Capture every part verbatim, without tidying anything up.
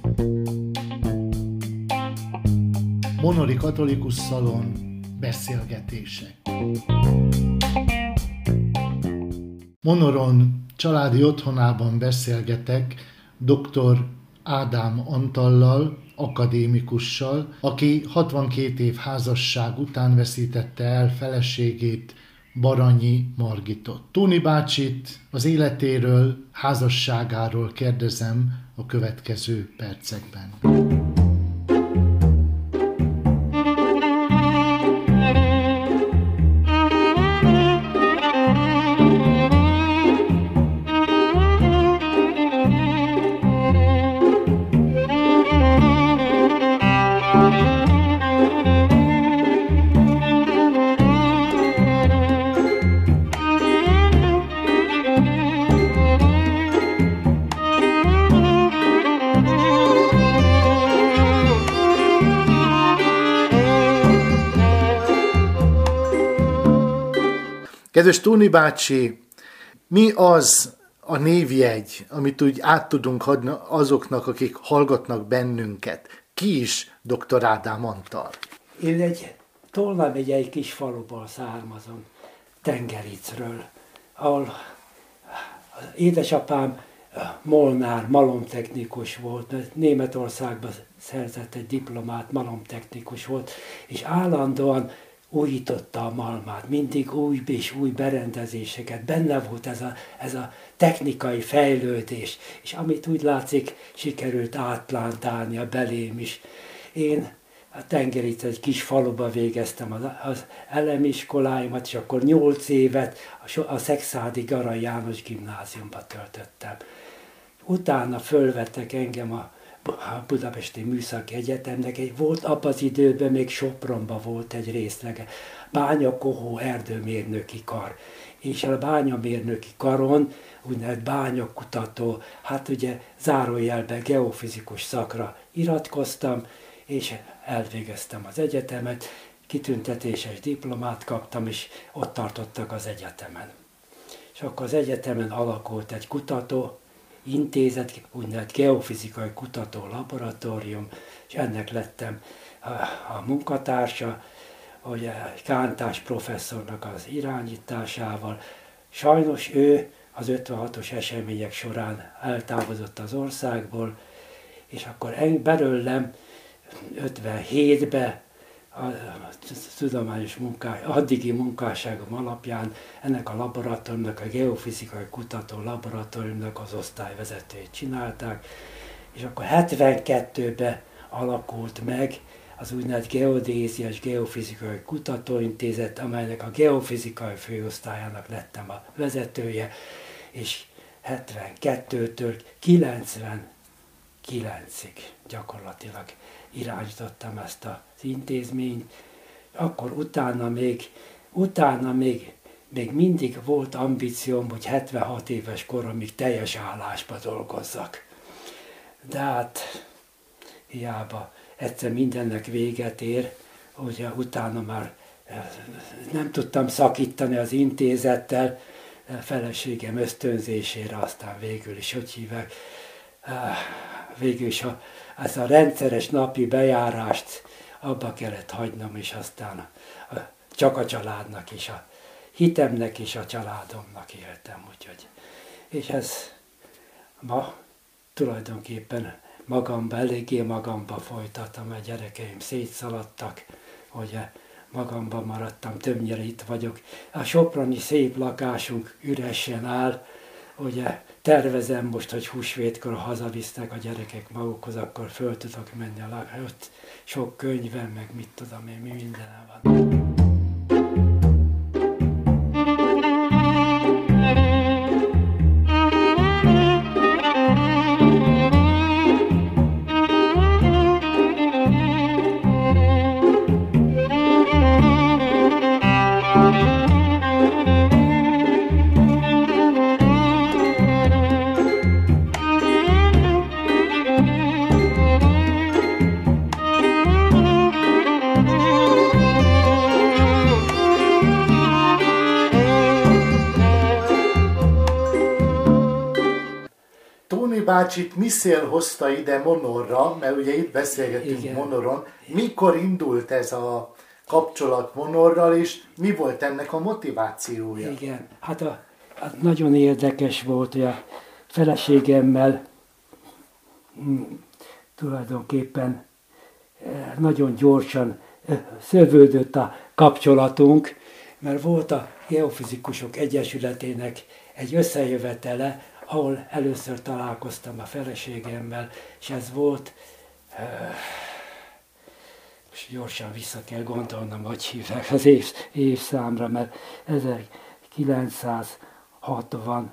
Monori Katolikus Szalon beszélgetések. Monoron családi otthonában beszélgetek dr. Ádám Antallal, akadémikussal, aki hatvankét év házasság után veszítette el feleségét, Baranyi Margitot. Tóni bácsit az életéről, házasságáról kérdezem a következő percekben. Kedves Tóni bácsi, mi az a névjegy, amit úgy át tudunk adni azoknak, akik hallgatnak bennünket? Ki is doktor Ádám Antall? Én egy Tolna megyei kis faluból származom, Tengericről, ahol az édesapám molnár, malomtechnikus volt, Németországban szerzett egy diplomát, malomtechnikus volt, és állandóan újította a malmát, mindig új és új berendezéseket, benne volt ez a, ez a technikai fejlődés, és amit úgy látszik, sikerült átplántálni a belém is. Én a Tengeric egy kis faluba végeztem az, az elemiskoláimat, és akkor nyolc évet a, a Szexádi Garai János gimnáziumba töltöttem. Utána fölvettek engem a a Budapesti Műszaki Egyetemnek, egy volt abban az időben, még Sopronban volt egy részlege, bánya-kohó erdőmérnöki kar. És a bányamérnöki karon úgynevezett bányakutató, hát ugye zárójelben geofizikus szakra iratkoztam, és elvégeztem az egyetemet, kitüntetéses diplomát kaptam, és ott tartottak az egyetemen. És akkor az egyetemen alakult egy kutató intézet, úgynevezett geofizikai kutató laboratórium, és ennek lettem a, a munkatársa, ugye Kántás professzornak az irányításával. Sajnos ő az ötvenhatos események során eltávozott az országból, és akkor belőlem ötvenhétben a tudományos munkás, addigi munkásságom alapján ennek a laboratóriumnak, a geofizikai kutató laboratóriumnak az osztályvezetőjét csinálták, és akkor hetvenkettőben alakult meg az úgynevezett Geodéziás Geofizikai Kutatóintézet, amelynek a geofizikai főosztályának lettem a vezetője, és hetvenkettőtől kilencvenkilencig gyakorlatilag irányítottam ezt az intézményt. Akkor utána még, utána még, még mindig volt ambícióm, hogy hetvenhat éves koromig teljes állásba dolgozzak. De hát hiába egyszer mindennek véget ér, ugye utána már nem tudtam szakítani az intézettel, a feleségem ösztönzésére, aztán végül is, hogy hívják, végül is a, ezt a rendszeres napi bejárást abba kellett hagynom, és aztán a, a, csak a családnak is, a hitemnek és a családomnak éltem, úgyhogy. És ez ma tulajdonképpen magamba, eléggé magamba folytatom, a gyerekeim szétszaladtak, hogy magamban maradtam, többnyire itt vagyok. A soproni szép lakásunk üresen áll, ugye tervezem most, hogy húsvétkor hazavisznek a gyerekek magukhoz, akkor föl tudok menni a lakásra. Ott sok könyvem, meg mit tudom én, mi mindenem van. bácsit mi szél hozta ide Monorra, mert ugye itt beszélgetünk Igen. Monoron. Mikor indult ez a kapcsolat Monorral, és mi volt ennek a motivációja? Igen, hát a, a nagyon érdekes volt, hogy a feleségemmel hm, tulajdonképpen nagyon gyorsan szövődött a kapcsolatunk, mert volt a Geofizikusok Egyesületének egy összejövetele, ahol először találkoztam a feleségemmel, és ez volt, most gyorsan vissza kell gondolnom, hogy hívják az év, évszámra, mert ezerkilencszázhatvan,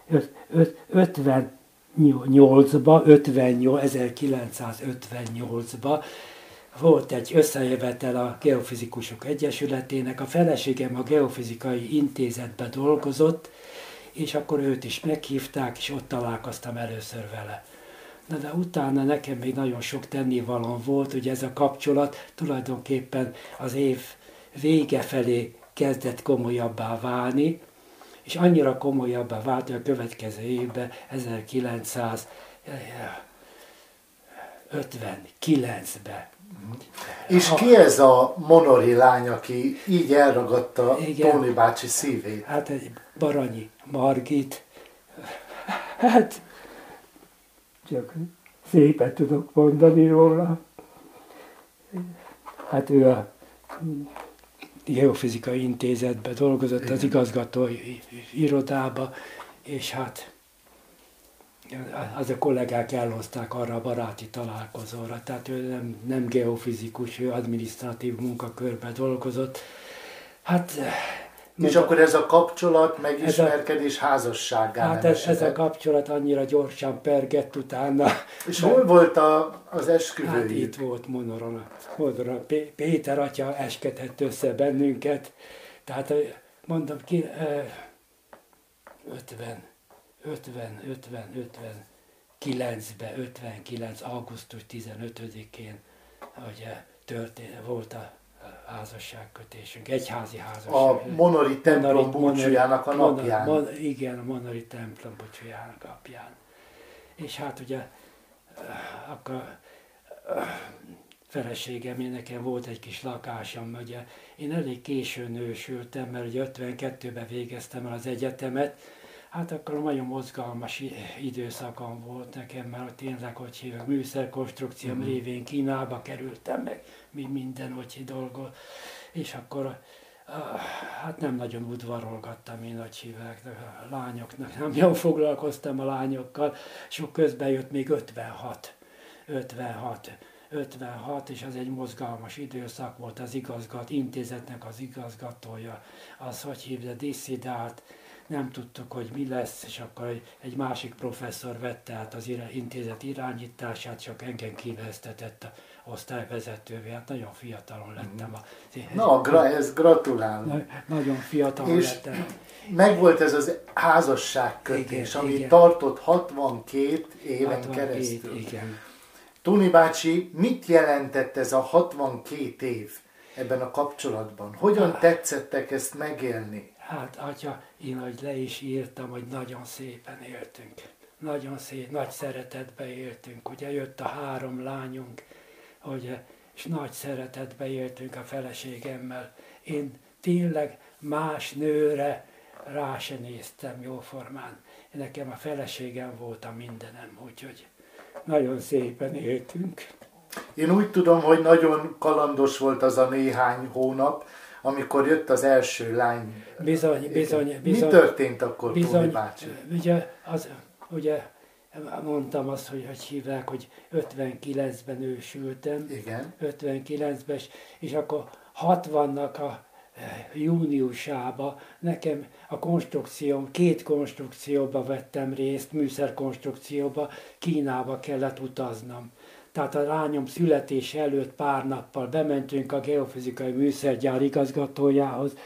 ötvennyolcban, ezerkilencszázötvennyolcban volt egy összejövetel a Geofizikusok Egyesületének, a feleségem a Geofizikai Intézetben dolgozott, és akkor őt is meghívták, és ott találkoztam először vele. Na de utána nekem még nagyon sok tennivalóm volt, hogy ez a kapcsolat tulajdonképpen az év vége felé kezdett komolyabbá válni, és annyira komolyabbá vált, hogy a következő évben, ezerkilencszázötvenkilencben. És ki ez a monori lány, aki így elragadta Igen. Tóni bácsi szívét? Hát egy Baranyi Margit. Hát csak szépet tudok mondani róla. Hát ő a Geofizikai Intézetben dolgozott, Igen. az igazgatói irodába, és hát az a kollégák elhozták arra a baráti találkozóra, tehát ő nem, nem geofizikus, ő adminisztratív munkakörben dolgozott. Hát, és akkor ez a kapcsolat, megismerkedés házasságá Hát ez, ez a kapcsolat annyira gyorsan pergett utána. És hol volt a, az esküvőjük? Hát itt volt Monoron. Monoron. Péter atya eskedett össze bennünket. Tehát mondom ki, ötven, ötven, ötven, ötvenkilencben, ötvenkilenc. augusztus tizenötödikén, hogy történt, volt a házasságkötésünk, egyházi házasság. A Monori templom búcsújának a napján. Mon, mon, igen, a Monori templom búcsújának napján. És hát ugye akkor feleségem, én nekem volt egy kis lakásom, ugye én elég későn nősültem, mert ugye ötvenkettőben végeztem el az egyetemet, hát akkor nagyon mozgalmas időszakom volt nekem, mert tényleg, hogy hívják, műszerkonstrukcióm mm-hmm. révén Kínába kerültem meg, mi minden, hogy dolgol, és akkor hát nem nagyon udvarolgattam én, hogy hívják, a lányoknak, nem jól foglalkoztam a lányokkal, sok közben jött még ötvenhat, ötvenhat, ötvenhat, és az egy mozgalmas időszak volt, az igazgat, intézetnek az igazgatója, az, hogy hívja, disszidált, nem tudtuk, hogy mi lesz, és akkor egy, egy másik professzor vette át az ira, intézet irányítását, csak engem kineveztetett a osztályvezetővé. Hát nagyon fiatalon lettem. A, Na, gra, ez gratulálok. Na, nagyon fiatalon és lettem. Megvolt ez az házasságkötés, igen, ami igen. tartott hatvankét éven hatvankét, keresztül. Igen. Tóni bácsi, mit jelentett ez a hatvankét év ebben a kapcsolatban? Hogyan ah. tetszettek ezt megélni? Hát, atya, én ahogy le is írtam, hogy nagyon szépen éltünk. Nagyon szép, nagy szeretetbe éltünk. Ugye jött a három lányunk, ugye, és nagy szeretetbe éltünk a feleségemmel. Én tényleg más nőre rá se néztem jóformán. Nekem a feleségem volt a mindenem, úgyhogy nagyon szépen éltünk. Én úgy tudom, hogy nagyon kalandos volt az a néhány hónap, amikor jött az első lány. Bizony, bizony, bizony. Mi történt akkor, bizony, Tóni bácsi? Ugye, az, ugye mondtam azt, hogy, hogy hívják, hogy ötvenkilencben ősültem. Igen. ötvenkilencben, és, és akkor hatvannak a júniusába nekem a konstrukcióm, két konstrukcióba vettem részt, műszerkonstrukcióba, Kínába kellett utaznom. Tehát a lányom születése előtt pár nappal bementünk a Geofizikai Műszergyár igazgatójához,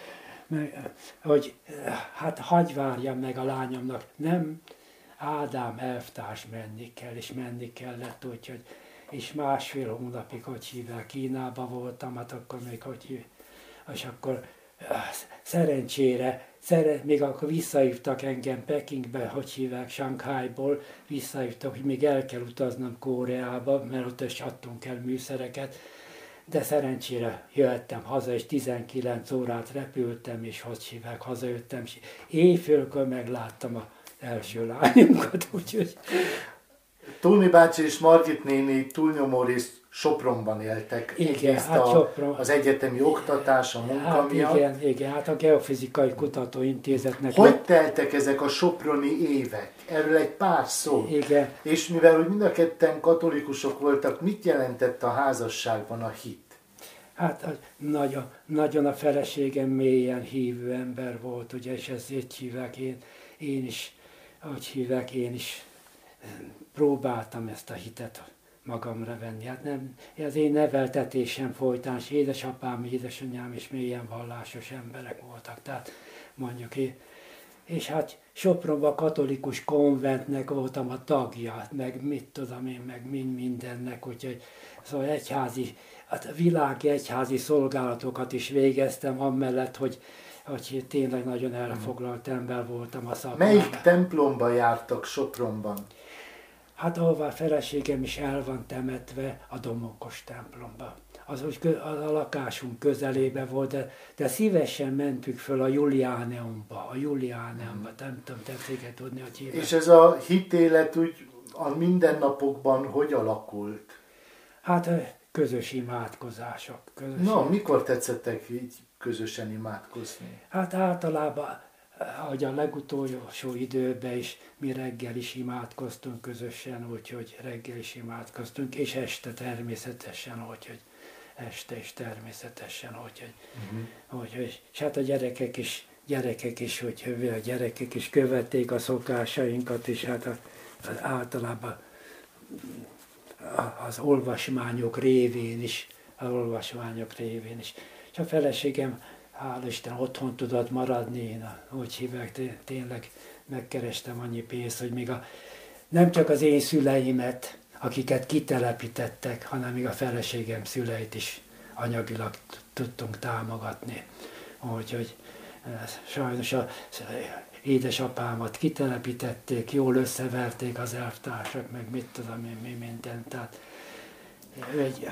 hogy hát hagyj várjam meg a lányomnak. Nem, Ádám elvtárs menni kell, és menni kellett, úgyhogy, és másfél hónapig, hogy hívják, Kínába voltam, hát akkor még, hogy hívják, és akkor szerencsére, szere, még akkor visszahívtak engem Pekingbe, hogy hívják, Shanghaiból, visszahívtak, hogy még el kell utaznom Koreába, mert ott is adtunk el műszereket, de szerencsére jöttem haza, és tizenkilenc órát repültem, és hogy hívják, hazajöttem, és éjfélkor megláttam az első lányunkat, úgyhogy... Tóni bácsi és Margit néni túlnyomó részt Sopronban éltek. Igen, hát a, Sopron. Az egyetemi oktatás, a munka hát miatt. Igen, igen, hát a Geofizikai Kutatóintézetnek... Hogy lett... teltek ezek a soproni évek? Erről egy pár szó. Igen. És mivel hogy mind a ketten katolikusok voltak, mit jelentett a házasságban a hit? Hát nagyon, nagyon a feleségem mélyen hívő ember volt, ugye, és ezért hívják én, én is, ahogy hívják, én is próbáltam ezt a hitet magamra venni. Hát nem, az én neveltetésem folytán, és édesapám, édesanyám is mélyen vallásos emberek voltak, tehát mondjuk én. És hát Sopronban katolikus konventnek voltam a tagja, meg mit tudom én, meg mind mindennek, úgyhogy szóval egyházi, hát világi egyházi szolgálatokat is végeztem, amellett, hogy, hogy tényleg nagyon elfoglalt ember voltam a szakmában. Melyik templomba jártak Sopronban? Hát ahová a feleségem is el van temetve, a Domonkos templomba. Az úgy a lakásunk közelébe volt, de, de szívesen mentük föl a Juliáneumba, a Juliáneumba, nem tudom, tetszik tudni, hogy hívják. És ez a hitélet úgy a mindennapokban hogy alakult? Hát közös imádkozások. Közös Na, mikor tetszettek így közösen imádkozni? Hát általában, ahogy a legutolsó időben is, mi reggel is imádkoztunk közösen, úgyhogy reggel is imádkoztunk, és este természetesen, úgyhogy este is természetesen, úgyhogy, uh-huh. úgyhogy, és hát a gyerekek is, gyerekek is, hogy a gyerekek is követték a szokásainkat, és hát a, az általában az olvasmányok révén is, az olvasmányok révén is. És a feleségem, hál' Isten, otthon tudott maradni, én, úgy hívják, tényleg megkerestem annyi pénzt, hogy még a, nem csak az én szüleimet, akiket kitelepítettek, hanem még a feleségem szüleit is anyagilag tudtunk támogatni. Úgyhogy sajnos az édesapámat kitelepítették, jól összeverték az elvtársak, meg mit tudom én, mi minden. Tehát egy...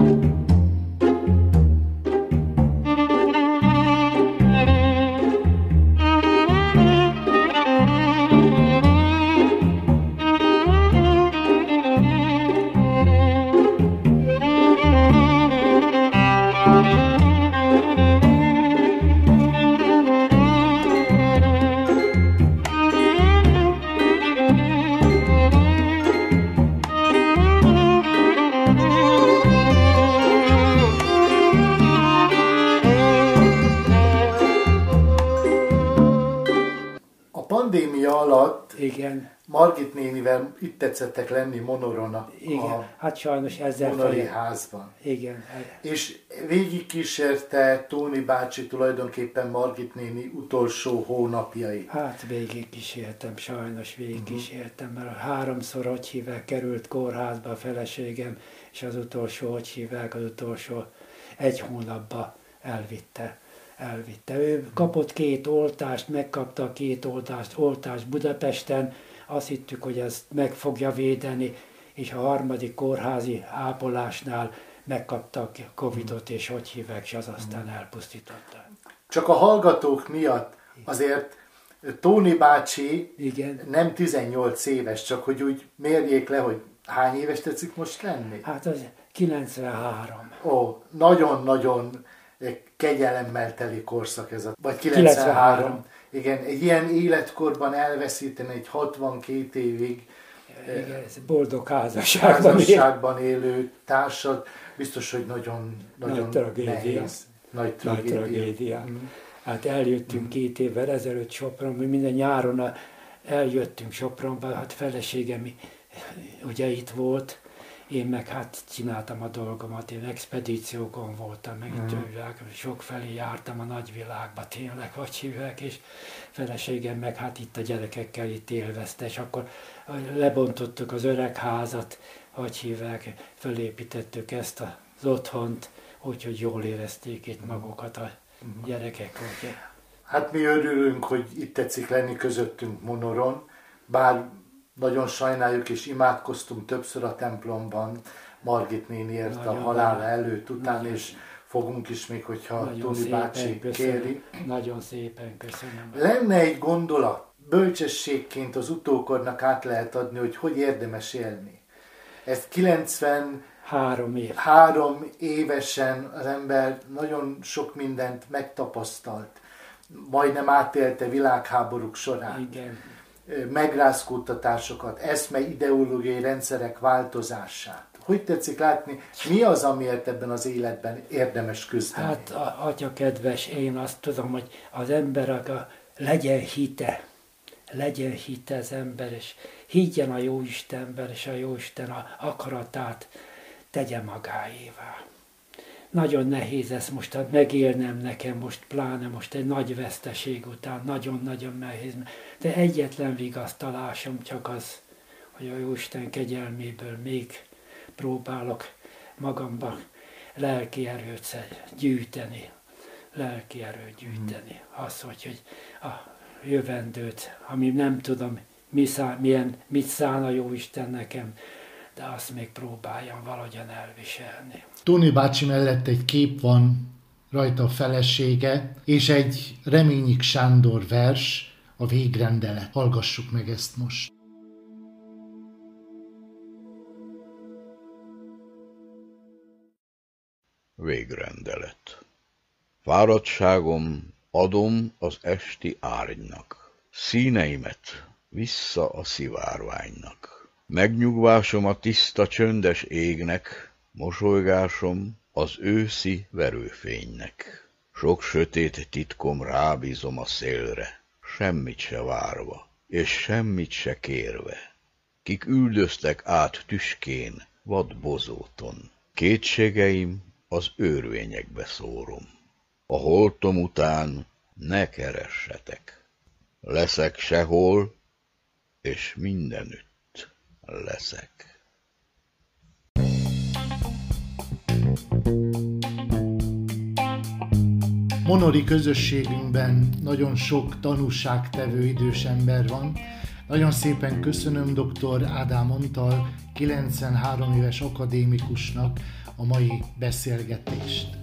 Pandémia alatt igen. Margit nénivel itt tetszettek lenni Monoron a, igen. a hát sajnos ezzel Monori felé... házban. Igen. És végigkísérte Tóni bácsi tulajdonképpen Margit néni utolsó hónapjai. Hát végigkísértem, sajnos végigkísértem, mert háromszor, hogy hívják, került kórházba a feleségem, és az utolsó, hogy hívják, az utolsó egy hónapba elvitte. elvitte. Ő kapott két oltást, megkapta a két oltást, oltást Budapesten, azt hittük, hogy ezt meg fogja védeni, és a harmadik kórházi ápolásnál megkapta a Covidot, és hogy hívják, és az aztán elpusztította. Csak a hallgatók miatt azért Tóni bácsi igen. nem tizennyolc éves, csak hogy úgy mérjék le, hogy hány éves tetszik most lenni? Hát az kilencvenhárom. Ó, nagyon-nagyon kegyelemmel teli korszak ez a... Vagy kilencvenhárom. kilencvenhárom. Igen, egy ilyen életkorban elveszíteni egy hatvankét évig igen, ez boldog házasságban, házasságban élő társad, biztos, hogy nagyon, nagyon nagy tragédia. nehéz. Nagy tragédia. Nagy tragédia. Mm. Hát eljöttünk mm. két évvel ezelőtt Sopronba, minden nyáron eljöttünk Sopronba, hát feleségem ugye itt volt, én meg hát csináltam a dolgomat, én expedíciókon voltam, meg mm. tőlek, sokfelé jártam a nagyvilágba, tényleg, hogy hívják, és feleségem meg hát itt a gyerekekkel itt élvezte, és akkor lebontottuk az öregházat, hogy hívják, fölépítettük ezt az otthont, úgyhogy jól érezték itt magukat a gyerekek. Ugye. Hát mi örülünk, hogy itt tetszik lenni közöttünk Monoron, bár nagyon sajnáljuk és imádkoztunk többször a templomban Margit néniért a halála előtt, után, és fogunk is még, hogyha Toni bácsi köszönöm. kéri. Nagyon szépen köszönöm. Lenne egy gondolat, bölcsességként az utókornak át lehet adni, hogy hogy érdemes élni. Ezt kilencvenhárom év. évesen az ember nagyon sok mindent megtapasztalt, majdnem átélte világháborúk során. Igen. Megrázkódtatásokat, eszme ideológiai rendszerek változását. Hogy tetszik látni, mi az, amiért ebben az életben érdemes küzdeni? Hát, atya kedves, én azt tudom, hogy az emberek a, legyen hite, legyen hite az ember, és higgyen a Jóistenben, és a Jóisten a akaratát tegye magáévá. Nagyon nehéz ezt most megélnem nekem, most pláne most egy nagy veszteség után, nagyon-nagyon nehéz. De egyetlen vigasztalásom csak az, hogy a Jóisten kegyelméből még próbálok magamban lelki erőt gyűjteni, lelki erőt gyűjteni. Az, hogy, hogy a jövendőt, ami nem tudom, mi szá, milyen, mit szán a Jóisten nekem, de azt még próbáljam valahogyan elviselni. Toni bácsi mellett egy kép van, rajta a felesége, és egy Reményik Sándor vers, a Végrendelet. Hallgassuk meg ezt most. Végrendelet. Fáradtságom adom az esti árnynak, színeimet vissza a szivárványnak. Megnyugvásom a tiszta csöndes égnek, mosolygásom az őszi verőfénynek. Sok sötét titkom rábízom a szélre, semmit se várva, és semmit se kérve. Kik üldöztek át tüskén, vad bozóton. Kétségeim az őrvényekbe szórom. A holtom után ne keressetek. Leszek sehol, és mindenütt leszek. Monori közösségünkben nagyon sok tanúságtevő idős ember van. Nagyon szépen köszönöm dr. Ádám Antal, kilencvenhárom éves akadémikusnak a mai beszélgetést.